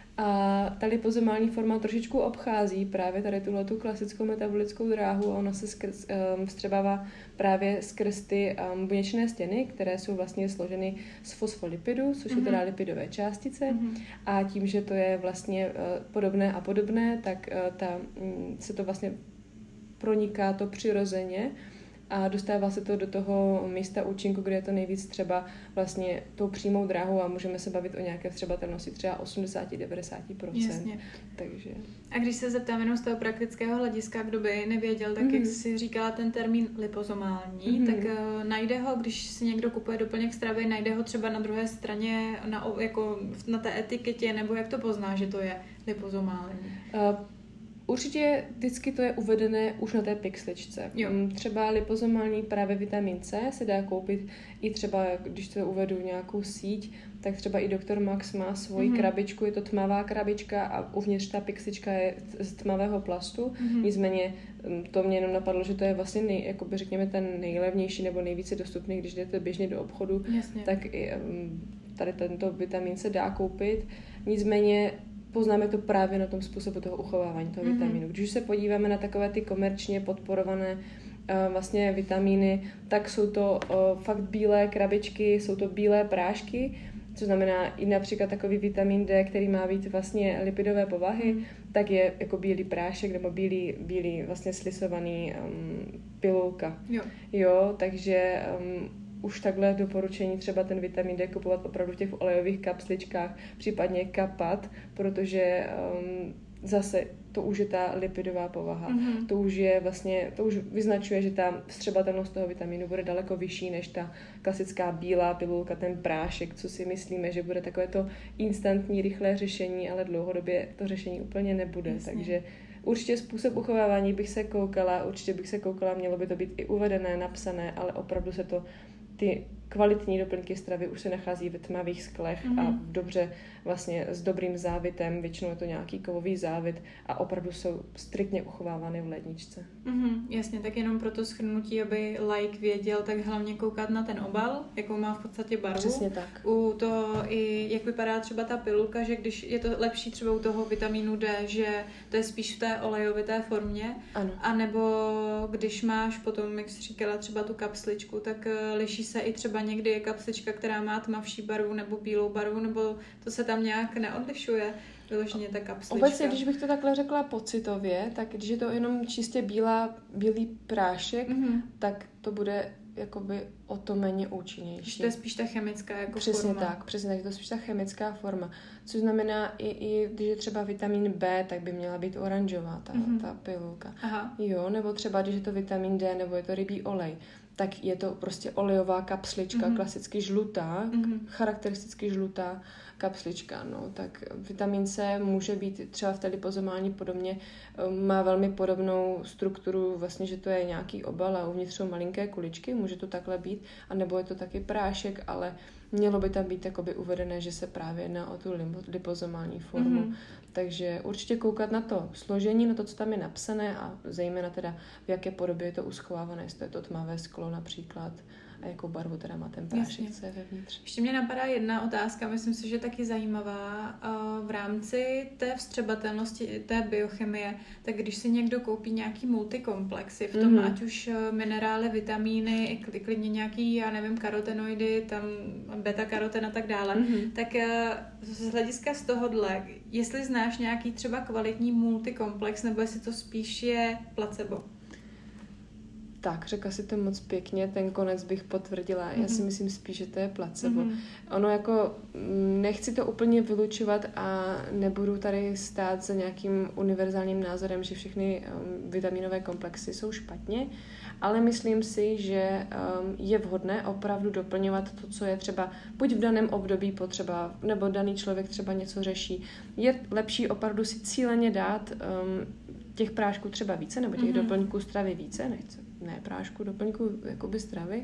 A ta lipozomální forma trošičku obchází právě tady tuhletu klasickou metabolickou dráhu a ona se skrz, um, vstřebává právě skrz ty um, buněčné stěny, které jsou vlastně složeny z fosfolipidů, což mm-hmm. jsou teda lipidové částice mm-hmm. a tím, že to je vlastně uh, podobné a podobné, tak uh, ta, um, se to vlastně proniká to přirozeně a dostává se to do toho místa účinku, kde je to nejvíc třeba vlastně tou přímou dráhou a můžeme se bavit o nějaké vstřebatelnosti třeba osmdesát až devadesát procent. Jasně. Takže... A když se zeptám jenom z toho praktického hlediska, kdo by nevěděl, tak mm-hmm. jak jsi říkala ten termín lipozomální, mm-hmm. tak uh, najde ho, když si někdo kupuje doplněk stravy, najde ho třeba na druhé straně na, jako na té etiketě, nebo jak to pozná, že to je lipozomální? Uh, Určitě vždycky to je uvedené už na té pixličce. Jo. Třeba lipozomální právě vitamin C se dá koupit i třeba, když to uvedu nějakou síť, tak třeba i doktor Max má svoji mm-hmm. krabičku, je to tmavá krabička a uvnitř ta pixlička je z tmavého plastu. Mm-hmm. Nicméně to mě jenom napadlo, že to je vlastně nej, jakoby řekněme ten nejlevnější nebo nejvíce dostupný, když jdete běžně do obchodu, Jasně. tak i, tady tento vitamin se dá koupit. Nicméně poznáme to právě na tom způsobu toho uchovávání toho mm-hmm. vitamínu. Když se podíváme na takové ty komerčně podporované uh, vlastně vitamíny, tak jsou to uh, fakt bílé krabičky, jsou to bílé prášky, co znamená i například takový vitamin D, který má být vlastně lipidové povahy, mm. tak je jako bílý prášek nebo bílý, bílý vlastně slisovaný um, pilulka. Jo. jo, takže um, už takhle doporučení třeba ten vitamin D kupovat opravdu v těch olejových kapsličkách, případně kapat, protože um, zase to už je ta lipidová povaha. Mm-hmm. To už je vlastně, to už vyznačuje, že ta vstřebatelnost toho vitamínu bude daleko vyšší než ta klasická bílá pilulka, ten prášek, co si myslíme, že bude takové to instantní, rychlé řešení, ale dlouhodobě to řešení úplně nebude. Jasně. Takže určitě způsob uchovávání bych se koukala, určitě bych se koukala, mělo by to být i uvedené, napsané, ale opravdu se to ty kvalitní doplňky stravy už se nachází ve tmavých sklech mm-hmm. a dobře vlastně s dobrým závitem, většinou je to nějaký kovový závit a opravdu jsou striktně uchovávány v ledničce. Mm-hmm, jasně, tak jenom pro to shrnutí, aby laik věděl, tak hlavně koukat na ten obal, jakou má v podstatě barvu. Přesně tak. U toho i jak vypadá třeba ta pilulka, že když je to lepší třeba u toho vitamínu D, že to je spíš v té olejovité formě, ano. A nebo když máš potom, jak jsi říkala, třeba tu kapsličku, tak liší se i třeba někdy je kapslička, která má tmavší barvu nebo bílou barvu, nebo to se tam nějak neodlišuje, vyloženě ta kapslička. Obecně, když bych to takhle řekla pocitově, tak když je to jenom čistě bílá, bílý prášek, mm-hmm. tak to bude jakoby o to méně účinnější. To je spíš ta chemická jako přesně forma. Tak, přesně tak, to je spíš ta chemická forma. Což znamená, i, i když je třeba vitamin B, tak by měla být oranžová ta, mm-hmm. ta pilulka. Aha. Jo, nebo třeba, když je to vitamin D, nebo je to rybí olej, tak je to prostě olejová kapslička, mm-hmm. klasicky žlutá, mm-hmm. charakteristicky žlutá kapslička, no, tak vitamin C může být třeba v té lipozomální podobně, má velmi podobnou strukturu, vlastně, že to je nějaký obal a uvnitř jsou malinké kuličky, může to takhle být, anebo je to taky prášek, ale mělo by tam být jakoby uvedené, že se právě jedná o tu lipozomální formu. Mm-hmm. Takže určitě koukat na to složení, na to, co tam je napsané a zejména teda v jaké podobě je to uschovávané, jestli je to tmavé sklo například a jakou barvu teda má ten prášek, co je vevnitř. Ještě mě napadá jedna otázka, myslím si, že taky zajímavá. V rámci té vstřebatelnosti, té biochemie, tak když si někdo koupí nějaký multikomplexy, v tom mm-hmm. ať už minerály, vitamíny, klidně nějaký, já nevím, karotenoidy, tam beta-karoten a tak dále, mm-hmm. tak z hlediska z tohohle, jestli znáš nějaký třeba kvalitní multikomplex, nebo jestli to spíš je placebo? tak, řekla si to moc pěkně, ten konec bych potvrdila. Mm-hmm. Já si myslím spíš, že to je placebo. Mm-hmm. Ono jako, nechci to úplně vylučovat a nebudu tady stát za nějakým univerzálním názorem, že všechny um, vitaminové komplexy jsou špatně, ale myslím si, že um, je vhodné opravdu doplňovat to, co je třeba buď v daném období potřeba, nebo daný člověk třeba něco řeší. Je lepší opravdu si cíleně dát um, těch prášků třeba více, nebo těch mm-hmm. doplňků stravy více, nechce, ne prášku, doplňků jakoby stravy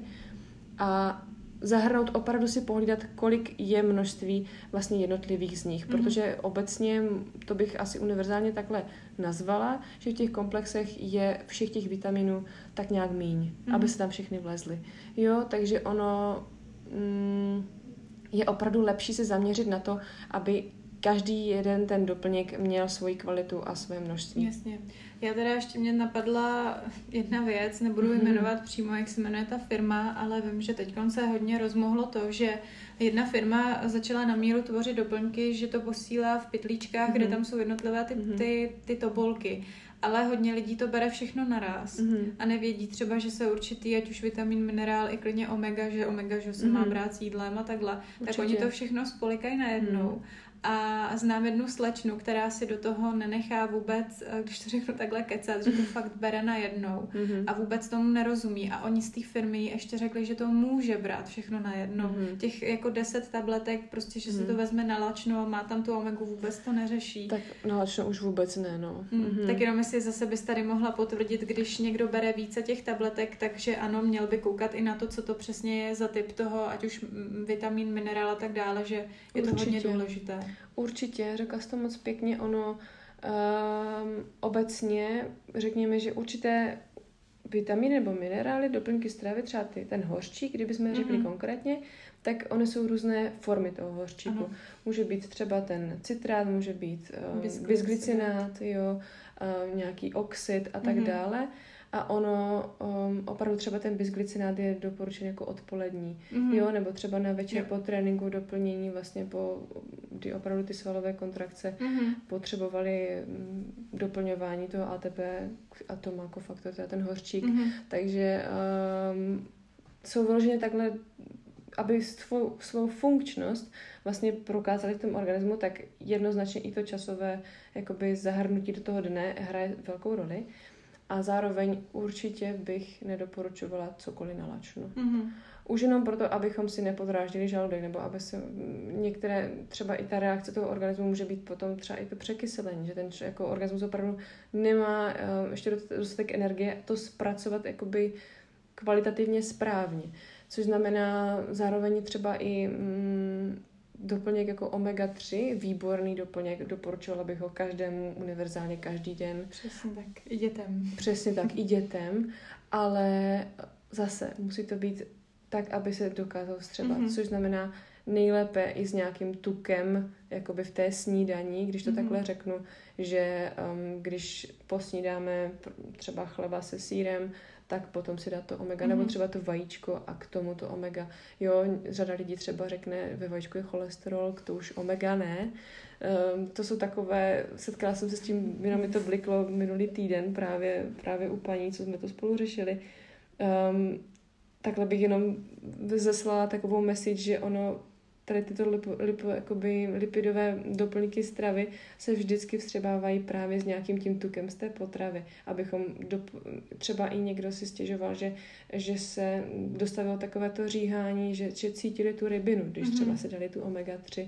a zahrnout opravdu si pohlídat, kolik je množství vlastně jednotlivých z nich, mm-hmm. protože obecně to bych asi univerzálně takhle nazvala, že v těch komplexech je všech těch vitaminů tak nějak míň, mm-hmm. aby se tam všechny vlezly. Jo, takže ono mm, je opravdu lepší se zaměřit na to, aby každý jeden ten doplněk měl svoji kvalitu a své množství. Jasně. Já teda ještě mě napadla jedna věc, nebudu mm-hmm. jmenovat přímo, jak se jmenuje ta firma, ale vím, že teď se hodně rozmohlo to, že jedna firma začala na míru tvořit doplňky, že to posílá v pytlíčkách, mm-hmm. kde tam jsou jednotlivé ty, mm-hmm. ty, ty tobolky. Ale hodně lidí to bere všechno naraz mm-hmm. a nevědí třeba, že se určitý, ať už vitamin, minerál, i klidně omega, že omega, že se mm-hmm. má brát s jídlem a takhle, určitě. Tak oni to všechno spolikají najednou. Mm-hmm. A znám jednu slečnu, která si do toho nenechá vůbec, když to řeknu takhle, kecat, že to fakt bere najednou mm-hmm. a vůbec tomu nerozumí. A oni z té firmy ještě řekli, že to může brát všechno najednou. Mm-hmm. Těch jako deset tabletek, prostě, že mm-hmm. si to vezme na lačno a má tam tu omegu, vůbec to neřeší. Tak na lačno už vůbec ne, no. Mm-hmm. Tak jenom jestli zase bys tady mohla potvrdit, když někdo bere více těch tabletek, takže ano, měl by koukat i na to, co to přesně je za typ toho, ať už vitamin, minerál a tak dále, že je to hodně důležité. Určitě, řekla jsi to moc pěkně, ono um, obecně, řekněme, že určité vitamíny nebo minerály, doplňky stravy, třeba ty, ten hořčík, kdybychom řekli mm-hmm. konkrétně, tak one jsou různé formy toho hořčíku. Ano. Může být třeba ten citrát, může být um, bisglycinát, jo, um, nějaký oxid a tak mm-hmm. dále. A ono, um, opravdu třeba ten bisglycinát je doporučen jako odpolední, mm-hmm. jo, nebo třeba na večer jo. po tréninku doplnění, vlastně po, kdy opravdu ty svalové kontrakce mm-hmm. potřebovaly um, doplňování toho A T P a to má kofaktor, teda ten hořčík. Mm-hmm. Takže um, jsou vyloženě takhle, aby svou, svou funkčnost vlastně prokázali v tom organismu, tak jednoznačně i to časové jakoby zahrnutí do toho dne hraje velkou roli. A zároveň určitě bych nedoporučovala cokoliv na lačno. Mm-hmm. Už jenom proto, abychom si nepodráždili žaludek, nebo aby se některé, třeba i ta reakce toho organismu může být potom třeba i to překyselení, že ten jako organismus opravdu nemá uh, ještě dostatek energie to zpracovat jakoby kvalitativně správně. Což znamená zároveň třeba i mm, doplněk jako omega tři, výborný doplněk, doporučovala bych ho každému univerzálně každý den. Přesně tak, i dětem. Přesně tak, i dětem, ale zase musí to být tak, aby se dokázal vstřebat, mm-hmm. což znamená nejlépe i s nějakým tukem, jakoby v té snídani, když to mm-hmm. takhle řeknu, že um, když posnídáme třeba chleba se sýrem, tak potom si dá to omega, mm-hmm. nebo třeba to vajíčko a k tomu to omega. Jo, řada lidí třeba řekne, ve vajíčku je cholesterol, to už omega ne. Um, to jsou takové, setkala jsem se s tím, jenom mi to bliklo minulý týden právě, právě u paní, co jsme to spolu řešili. Um, takhle bych jenom zeslala takovou message, že ono tady tyto lipo, lipo, jakoby lipidové doplňky stravy se vždycky vstřebávají právě s nějakým tím tukem z té potravy, abychom do, třeba i někdo si stěžoval, že, že se dostavilo takové to říhání, že, že cítili tu rybinu, když mm-hmm. třeba se dali tu omega tři.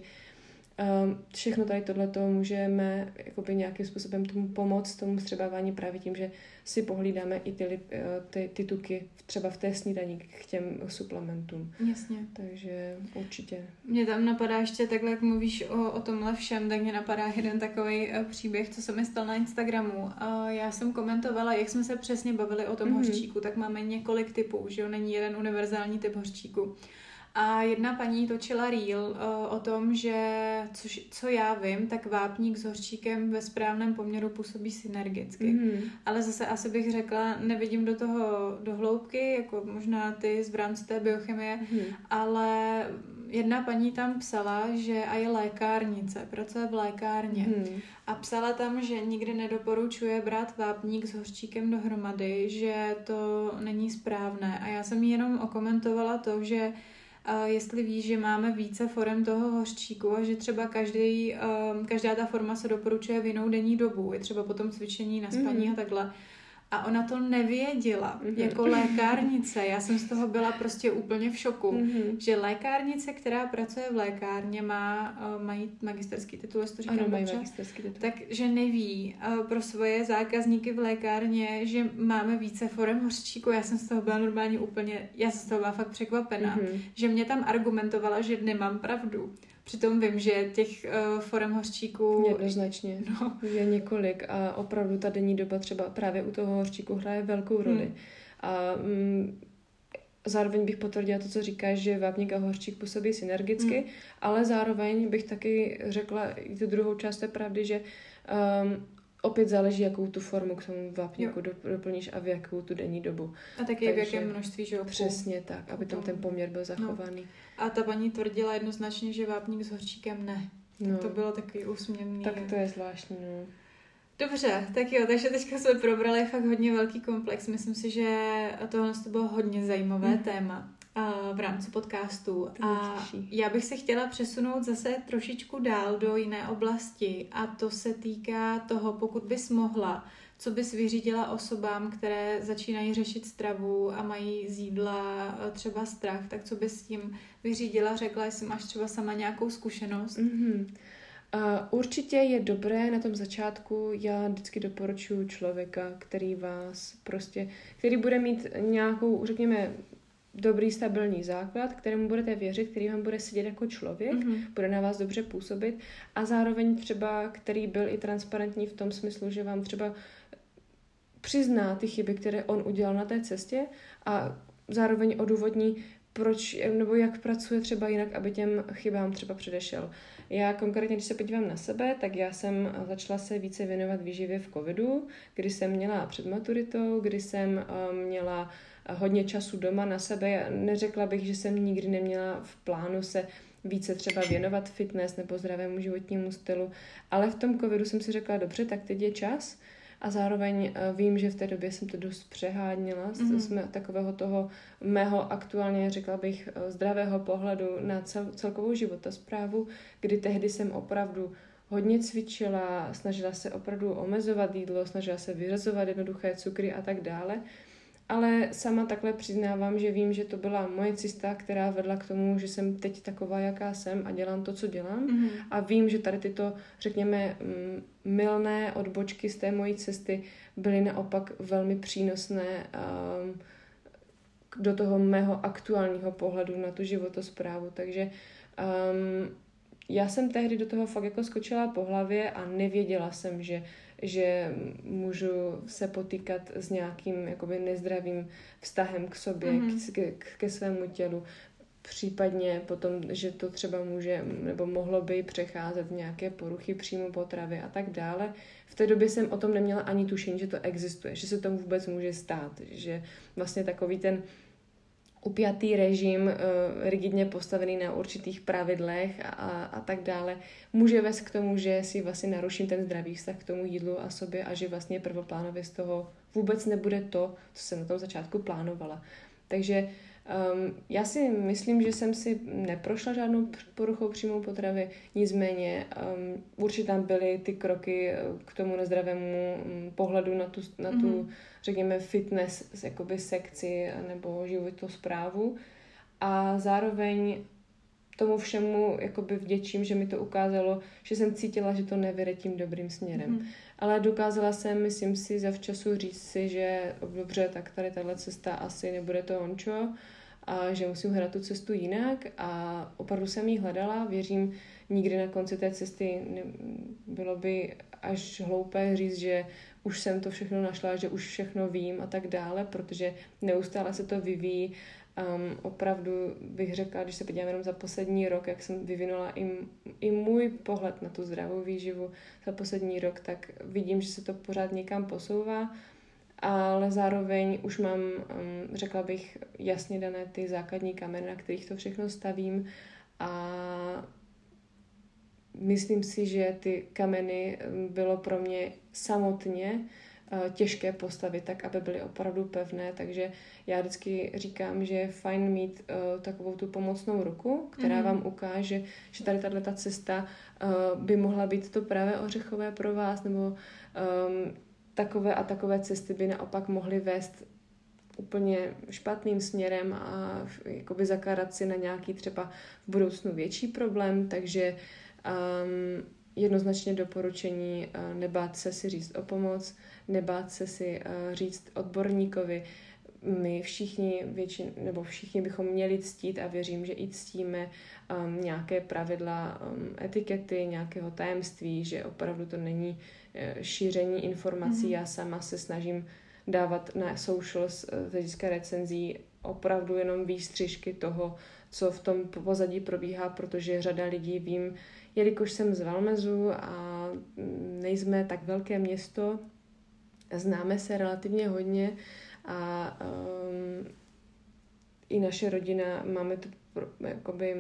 Um, všechno tady tohleto můžeme jakoby nějakým způsobem tomu pomoct, tomu vstřebávání právě tím, že si pohlídáme i ty, ty, ty tuky třeba v té snídani k těm suplementům. Jasně. Takže určitě. Mě tam napadá ještě takhle, jak mluvíš o, o tomhle všem, tak mě napadá jeden takový uh, příběh, co se mi stal na Instagramu. Uh, já jsem komentovala, jak jsme se přesně bavili o tom mm-hmm. hořčíku, tak máme několik typů, že jo, není jeden univerzální typ hořčíku. A jedna paní točila reel uh, o tom, že což, co já vím, tak vápník s hořčíkem ve správném poměru působí synergicky. Mm-hmm. Ale zase asi bych řekla, nevidím do toho do hloubky, jako možná ty z v rámci té biochemie, mm-hmm. ale jedna paní tam psala, že a je lékárnice, pracuje v lékárně. Hmm. A psala tam, že nikdy nedoporučuje brát vápník s hořčíkem dohromady, že to není správné. A já jsem jí jenom okomentovala to, že uh, jestli víš, že máme více forem toho hořčíku a že třeba každý, uh, každá ta forma se doporučuje v jinou denní dobu, je třeba potom cvičení na spaní hmm. a takhle. A ona to nevěděla, mm-hmm. jako lékárnice. Já jsem z toho byla prostě úplně v šoku, mm-hmm. že lékárnice, která pracuje v lékárně, má, uh, mají magisterský titul, jestli to říkám ano, mají dobře, magisterský titul. takže neví uh, pro svoje zákazníky v lékárně, že máme více forem hořčíku. Já jsem z toho byla normálně úplně, já jsem z toho byla fakt překvapená, mm-hmm. že mě tam argumentovala, že nemám pravdu. Přitom vím, že těch uh, forem hořčíku... Jednoznačně. No. Je několik a opravdu ta denní doba třeba právě u toho hořčíku hraje velkou roli. Hmm. A mm, zároveň bych potvrdila to, co říkáš, že vápník a hořčík působí synergicky, hmm. ale zároveň bych taky řekla i tu druhou část té pravdy, že um, opět záleží, jakou tu formu k tomu vápníku do, doplníš a v jakou tu denní dobu. A taky Takže, v jakém množství žalku. Přesně tak, aby tam ten poměr byl zachovaný. No. A ta paní tvrdila jednoznačně, že vápník s hořčíkem ne. No. To bylo takový úsměvný. Tak to je zvláštní, no. Dobře, tak jo, takže teďka jsme probrali fakt hodně velký komplex. Myslím si, že tohle to bylo hodně zajímavé hmm. téma v rámci podcastu. A já bych se chtěla přesunout zase trošičku dál do jiné oblasti a to se týká toho, pokud bys mohla, co bys vyřídila osobám, které začínají řešit stravu a mají z jídla třeba strach, tak co bys s tím vyřídila, řekla, jestli máš třeba sama nějakou zkušenost? Mm-hmm. Uh, určitě je dobré na tom začátku, já vždycky doporučuji člověka, který vás prostě, který bude mít nějakou, řekněme, dobrý stabilní základ, kterému budete věřit, který vám bude sedět jako člověk, mm-hmm. bude na vás dobře působit a zároveň třeba, který byl i transparentní v tom smyslu, že vám třeba přizná ty chyby, které on udělal na té cestě a zároveň odůvodní, proč nebo jak pracuje třeba jinak, aby těm chybám třeba předešel. Já konkrétně, když se podívám na sebe, tak já jsem začala se více věnovat výživě v covidu, kdy jsem měla před maturitou, kdy jsem měla hodně času doma na sebe. Neřekla bych, že jsem nikdy neměla v plánu se více třeba věnovat fitness nebo zdravému životnímu stylu, ale v tom covidu jsem si řekla, dobře, tak teď je čas a zároveň vím, že v té době jsem to dost přeháněla. Mm-hmm. Jsme takového toho mého aktuálně, řekla bych, zdravého pohledu na cel, celkovou životosprávu, kdy tehdy jsem opravdu hodně cvičila, snažila se opravdu omezovat jídlo, snažila se vyřazovat jednoduché cukry a tak dále. Ale sama takhle přiznávám, že vím, že to byla moje cesta, která vedla k tomu, že jsem teď taková, jaká jsem a dělám to, co dělám. Mm-hmm. A vím, že tady tyto, řekněme, mylné odbočky z té mojí cesty byly naopak velmi přínosné um, do toho mého aktuálního pohledu na tu životosprávu. Takže um, já jsem tehdy do toho fakt jako skočila po hlavě a nevěděla jsem, že že můžu se potýkat s nějakým jakoby nezdravým vztahem k sobě, mm-hmm. ke, ke svému tělu. Případně potom, že to třeba může nebo mohlo by přecházet nějaké poruchy příjmu potravy a tak dále. V té době jsem o tom neměla ani tušení, že to existuje, že se tomu vůbec může stát, že vlastně takový ten upjatý režim, uh, rigidně postavený na určitých pravidlech a, a tak dále, může vést k tomu, že si vlastně naruším ten zdravý vztah k tomu jídlu a sobě a že vlastně prvoplánově z toho vůbec nebude to, co jsem na tom začátku plánovala. Takže um, já si myslím, že jsem si neprošla žádnou poruchou příjmu potravy, nicméně um, určitě tam byly ty kroky k tomu nezdravému um, pohledu na tu, na tu mm-hmm. řekněme, fitness jakoby sekci nebo životosprávu a zároveň tomu všemu jakoby vděčím, že mi to ukázalo, že jsem cítila, že to nevede tím dobrým směrem. Mm. Ale dokázala jsem, myslím si, zavčasu říct si, že dobře, tak tady tahle cesta asi nebude to ončo a že musím hledat tu cestu jinak a opravdu jsem ji hledala. Věřím, nikdy na konci té cesty ne, bylo by až hloupé říct, že už jsem to všechno našla, že už všechno vím a tak dále, protože neustále se to vyvíjí. Um, opravdu bych řekla, když se podívám jenom za poslední rok, jak jsem vyvinula i, i můj pohled na tu zdravou výživu za poslední rok, tak vidím, že se to pořád někam posouvá, ale zároveň už mám, um, řekla bych, jasně dané ty základní kameny, na kterých to všechno stavím a myslím si, že ty kameny bylo pro mě samotně těžké postavit tak, aby byly opravdu pevné, takže já vždycky říkám, že je fajn mít uh, takovou tu pomocnou ruku, která mm. vám ukáže, že tady tato cesta uh, by mohla být to pravé ořechové pro vás, nebo um, takové a takové cesty by naopak mohly vést úplně špatným směrem a jakoby zakládat si na nějaký třeba v budoucnu větší problém, takže um, jednoznačně doporučení uh, nebát se si říct o pomoc, nebát se si uh, říct odborníkovi. My všichni, většin, nebo všichni bychom měli ctít a věřím, že i ctíme um, nějaké pravidla um, etikety, nějakého tajemství, že opravdu to není uh, šíření informací. Mm-hmm. Já sama se snažím dávat na socials z hlediska recenzí opravdu jenom výstřižky toho, co v tom pozadí probíhá, protože řada lidí vím, jelikož jsem z Valmezu a nejsme tak velké město, známe se relativně hodně a um, i naše rodina, máme tu jakoby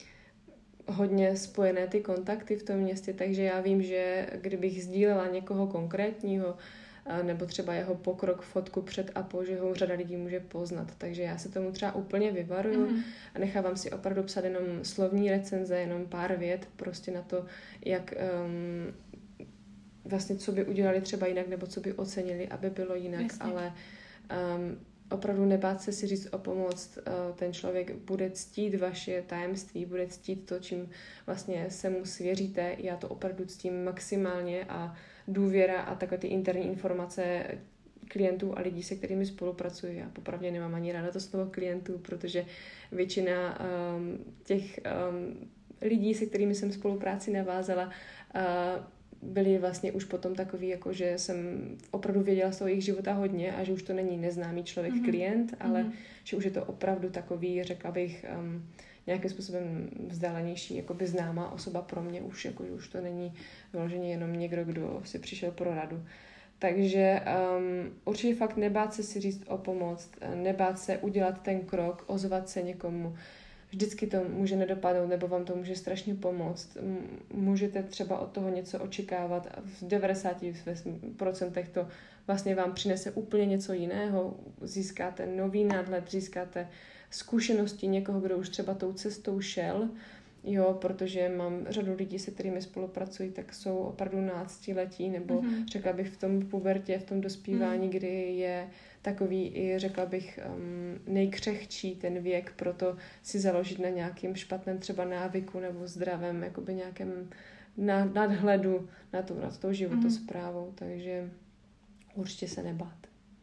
hodně spojené ty kontakty v tom městě, takže já vím, že kdybych sdílela někoho konkrétního, nebo třeba jeho pokrok, fotku před a po, že ho řada lidí může poznat. Takže já se tomu třeba úplně vyvaruju mm-hmm. a nechávám si opravdu psat jenom slovní recenze, jenom pár vět prostě na to, jak um, vlastně co by udělali třeba jinak, nebo co by ocenili, aby bylo jinak, Jasně. ale um, opravdu nebát se si říct o pomoc, uh, ten člověk bude ctít vaše tajemství, bude ctít to, čím vlastně se mu svěříte. Já to opravdu ctím maximálně a důvěra a takové ty interní informace klientů a lidí, se kterými spolupracuji. Já popravdě nemám ani ráda to slovo klientů, protože většina um, těch um, lidí, se kterými jsem spolupráci navázala, uh, byli vlastně už potom takový, jako že jsem opravdu věděla z toho jejich života hodně a že už to není neznámý člověk, mm-hmm. klient, ale mm-hmm. že už je to opravdu takový, řekla bych, um, nějakým způsobem vzdálenější, jakoby známá osoba pro mě už, jako, že už to není vyloženě jenom někdo, kdo si přišel pro radu. Takže um, určitě fakt nebát se si říct o pomoc, nebát se udělat ten krok, ozvat se někomu. Vždycky to může nedopadnout, nebo vám to může strašně pomoct. Můžete třeba od toho něco očekávat a v devadesát procent to vlastně vám přinese úplně něco jiného. Získáte nový nadhled, získáte zkušenosti někoho, kdo už třeba tou cestou šel, jo, protože mám řadu lidí, se kterými spolupracuji, tak jsou opravdu náctiletí, nebo mm-hmm. řekla bych v tom pubertě, v tom dospívání, mm. kdy je takový i, řekla bych, um, nejkřehčí ten věk, proto si založit na nějakým špatném třeba návyku nebo zdravém, jakoby nějakém nadhledu na, tu, na tou životosprávou, mm. takže určitě se nebát.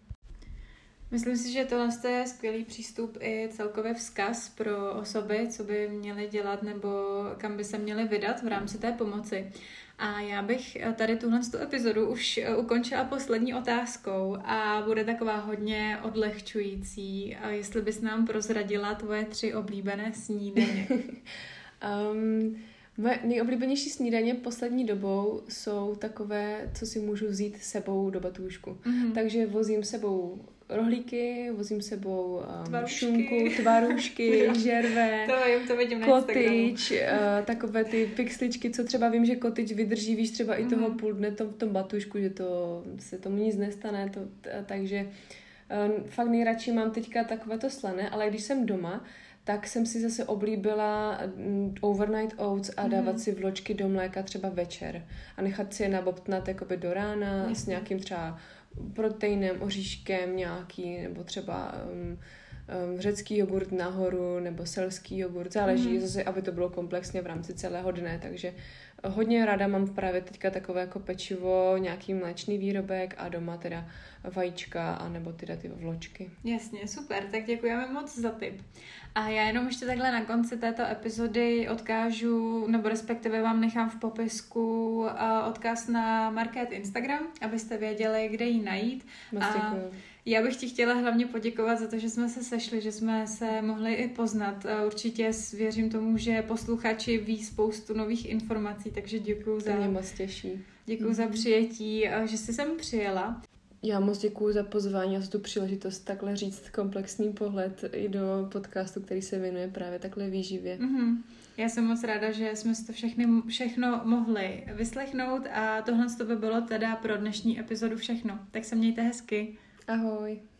Myslím si, že tohle je skvělý přístup i celkově vzkaz pro osoby, co by měly dělat nebo kam by se měly vydat v rámci té pomoci. A já bych tady tuhle epizodu už ukončila poslední otázkou a bude taková hodně odlehčující. A jestli bys nám prozradila tvoje tři oblíbené snídaně. um... Moje nejoblíbenější snídaně poslední dobou jsou takové, co si můžu vzít sebou do batůžku. Mm-hmm. Takže vozím sebou rohlíky, vozím sebou um, tvarušky. šunku, tvarušky, žerve, to vím, to vidím na kotyč, uh, takové ty pixličky, co třeba vím, že kotyč vydrží, víš, třeba mm-hmm. i toho půl dne to, v tom batůžku, že to se tomu nic nestane, to, t- takže um, fakt nejradši mám teďka takovéto slané, ale když jsem doma, tak jsem si zase oblíbila overnight oats a dávat mm. si vločky do mléka třeba večer a nechat si je nabobtnat jakoby do rána Jasně. s nějakým třeba proteinem, oříškem nějaký, nebo třeba um, um, řecký jogurt nahoru, nebo selský jogurt, záleží mm. zase, aby to bylo komplexně v rámci celého dne, takže hodně ráda mám právě teďka takové jako pečivo, nějaký mléčný výrobek a doma teda vajíčka a nebo teda ty vločky. Jasně, super, tak děkujeme moc za tip. A já jenom ještě takhle na konci této epizody odkážu, nebo respektive vám nechám v popisku uh, odkaz na Markéт Instagram, abyste věděli, kde ji najít. Moc děkuju. Já bych ti chtěla hlavně poděkovat za to, že jsme se sešli, že jsme se mohli i poznat. Určitě věřím tomu, že posluchači ví spoustu nových informací, takže děkuju za... To mě moc těší. Děkuju mm-hmm. za přijetí, že jsi sem přijela. Já moc děkuju za pozvání a za tu příležitost takhle říct komplexní pohled i do podcastu, který se věnuje právě takhle výživě. Mm-hmm. Já jsem moc ráda, že jsme si to všechny, všechno mohli vyslechnout a tohle to by bylo teda pro dnešní epizodu všechno. Tak se mějte hezky. Ahoj.